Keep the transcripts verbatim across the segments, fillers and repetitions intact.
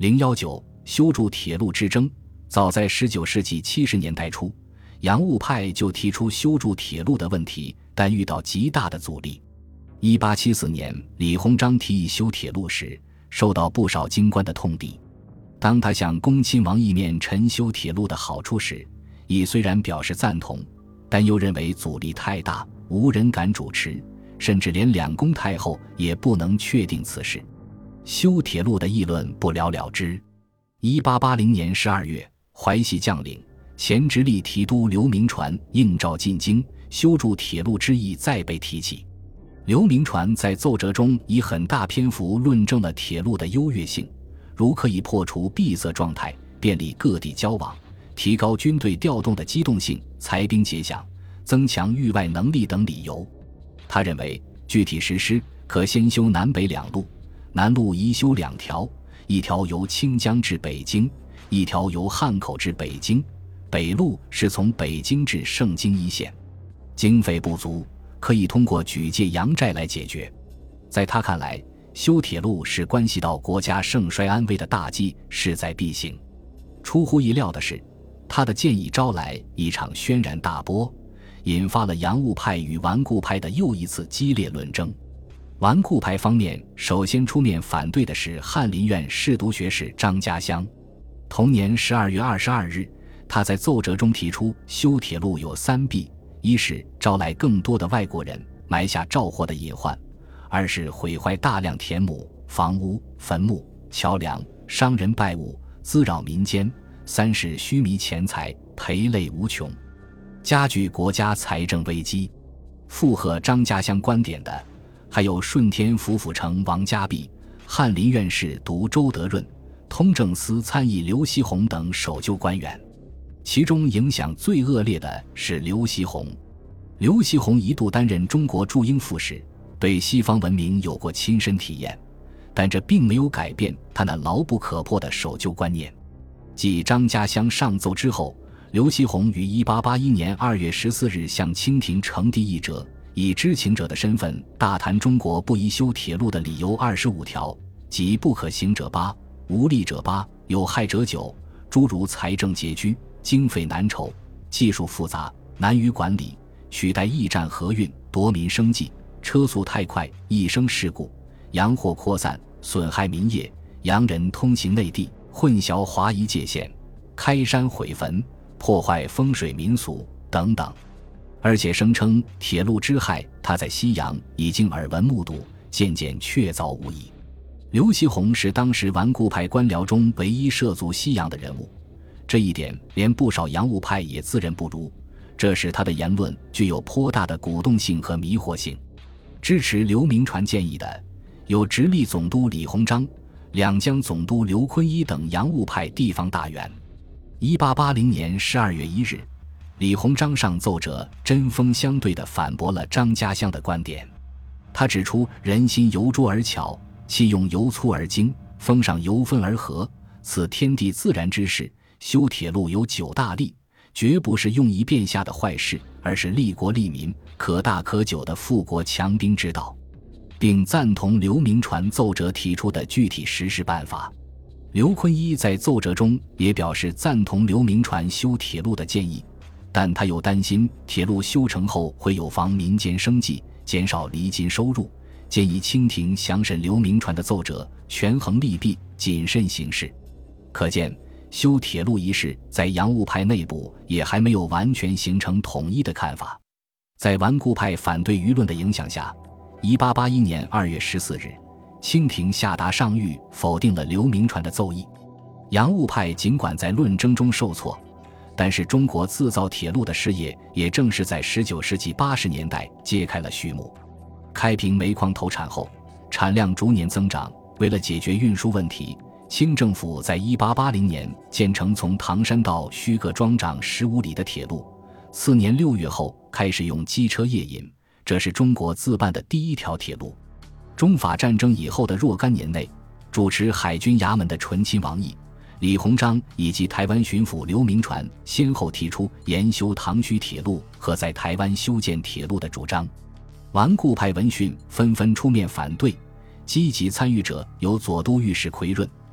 零一九修筑铁路之争。早在十九世纪七十年代初，洋务派就提出修筑铁路的问题，但遇到极大的阻力。一八七四年，李鸿章提议修铁路时，受到不少京官的痛批。当他向恭亲王意面陈修铁路的好处时，亦虽然表示赞同，但又认为阻力太大，无人敢主持，甚至连两宫太后也不能确定此事。修铁路的议论不了了之。一八八零年十二月，淮西将领前直隶提督刘铭传应召进京，修筑铁路之意再被提起。刘铭传在奏折中以很大篇幅论证了铁路的优越性，如可以破除闭塞状态，便利各地交往，提高军队调动的机动性，裁兵节饷，增强域外能力等理由。他认为具体实施可先修南北两路，南路宜修两条，一条由清江至北京，一条由汉口至北京，北路是从北京至盛京一线。经费不足，可以通过举借洋债来解决。在他看来，修铁路是关系到国家盛衰安危的大计，势在必行。出乎意料的是，他的建议招来一场轩然大波，引发了洋务派与顽固派的又一次激烈论争。顽固派方面首先出面反对的是翰林院侍读学士张家乡。同年十二月二十二日，他在奏折中提出修铁路有三弊：一是招来更多的外国人，埋下肇祸的隐患；二是毁坏大量田亩、房屋、坟墓、桥梁，伤人败物，滋扰民间；三是虚弥钱财，赔累无穷，加剧国家财政危机。附和张家乡观点的还有顺天府府丞王家弼、翰林院士读周德润、通政司参议刘锡鸿等守旧官员。其中影响最恶劣的是刘锡鸿。刘锡鸿一度担任中国驻英副使，对西方文明有过亲身体验，但这并没有改变他那牢不可破的守旧观念。继张家乡上奏之后，刘锡鸿于一八八一年二月十四日向清廷呈递议折，以知情者的身份大谈中国不宜修铁路的理由二十五条，即不可行者八，无力者八，有害者九，诸如财政拮据、经费难筹、技术复杂、难于管理、取代驿站河运、夺民生计、车速太快易生事故、洋货扩散损害民业、洋人通行内地混淆华夷界限、开山毁坟破坏风水民俗等等。而且声称铁路之害他在西洋已经耳闻目睹，渐渐确凿无疑。刘锡鸿是当时顽固派官僚中唯一涉足西洋的人物，这一点连不少洋务派也自认不如，这使他的言论具有颇大的鼓动性和迷惑性。支持刘铭传建议的有直隶总督李鸿章、两江总督刘坤一等洋务派地方大员。一八八零年十二月一日，李鸿章上奏折针锋相对地反驳了张家乡的观点。他指出人心由拙而巧，气用由粗而精，风上由分而和，此天地自然之事，修铁路有九大利，绝不是用以变下的坏事，而是利国利民，可大可久的富国强兵之道，并赞同刘铭传奏折提出的具体实施办法。刘坤一在奏折中也表示赞同刘铭传修铁路的建议，但他又担心铁路修成后会有妨民间生计，减少厘金收入，建议清廷详审刘铭传的奏折，权衡利弊，谨慎行事。可见修铁路一事在洋务派内部也还没有完全形成统一的看法。在顽固派反对舆论的影响下，一八八一年二月十四日，清廷下达上谕否定了刘铭传的奏议。洋务派尽管在论争中受挫，但是中国自造铁路的事业也正是在十九世纪八十年代揭开了序幕。开平煤矿投产后，产量逐年增长，为了解决运输问题，清政府在一八八零年建成从唐山到虚各庄长十五里的铁路，次年六月后开始用机车夜引，这是中国自办的第一条铁路。中法战争以后的若干年内，主持海军衙门的醇亲王毅、李鸿章以及台湾巡抚刘铭传先后提出研修唐胥铁路和在台湾修建铁路的主张。顽固派闻讯纷纷出面反对，积极参与者有左都御史奎润、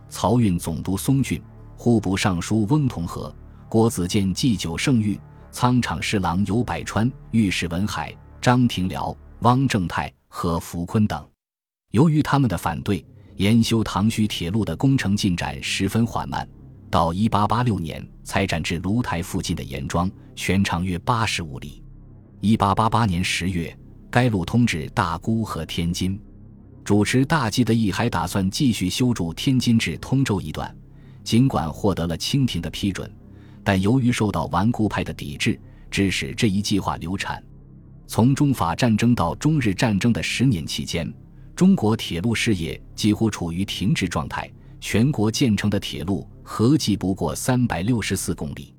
漕运总督松俊、户部尚书翁同龢、郭子健祭酒圣域、仓场侍郎游百川、御史文海、张廷僚、汪正泰和福坤等。由于他们的反对，研修唐胥铁路的工程进展十分缓慢，到一八八六年才展至芦台附近的严庄，全长约八十五里。一八八八年十月，该路通至大沽和天津。主持大计的义还打算继续修筑天津至通州一段，尽管获得了清廷的批准，但由于受到顽固派的抵制，致使这一计划流产。从中法战争到中日战争的十年期间，中国铁路事业几乎处于停滞状态，全国建成的铁路合计不过三百六十四公里。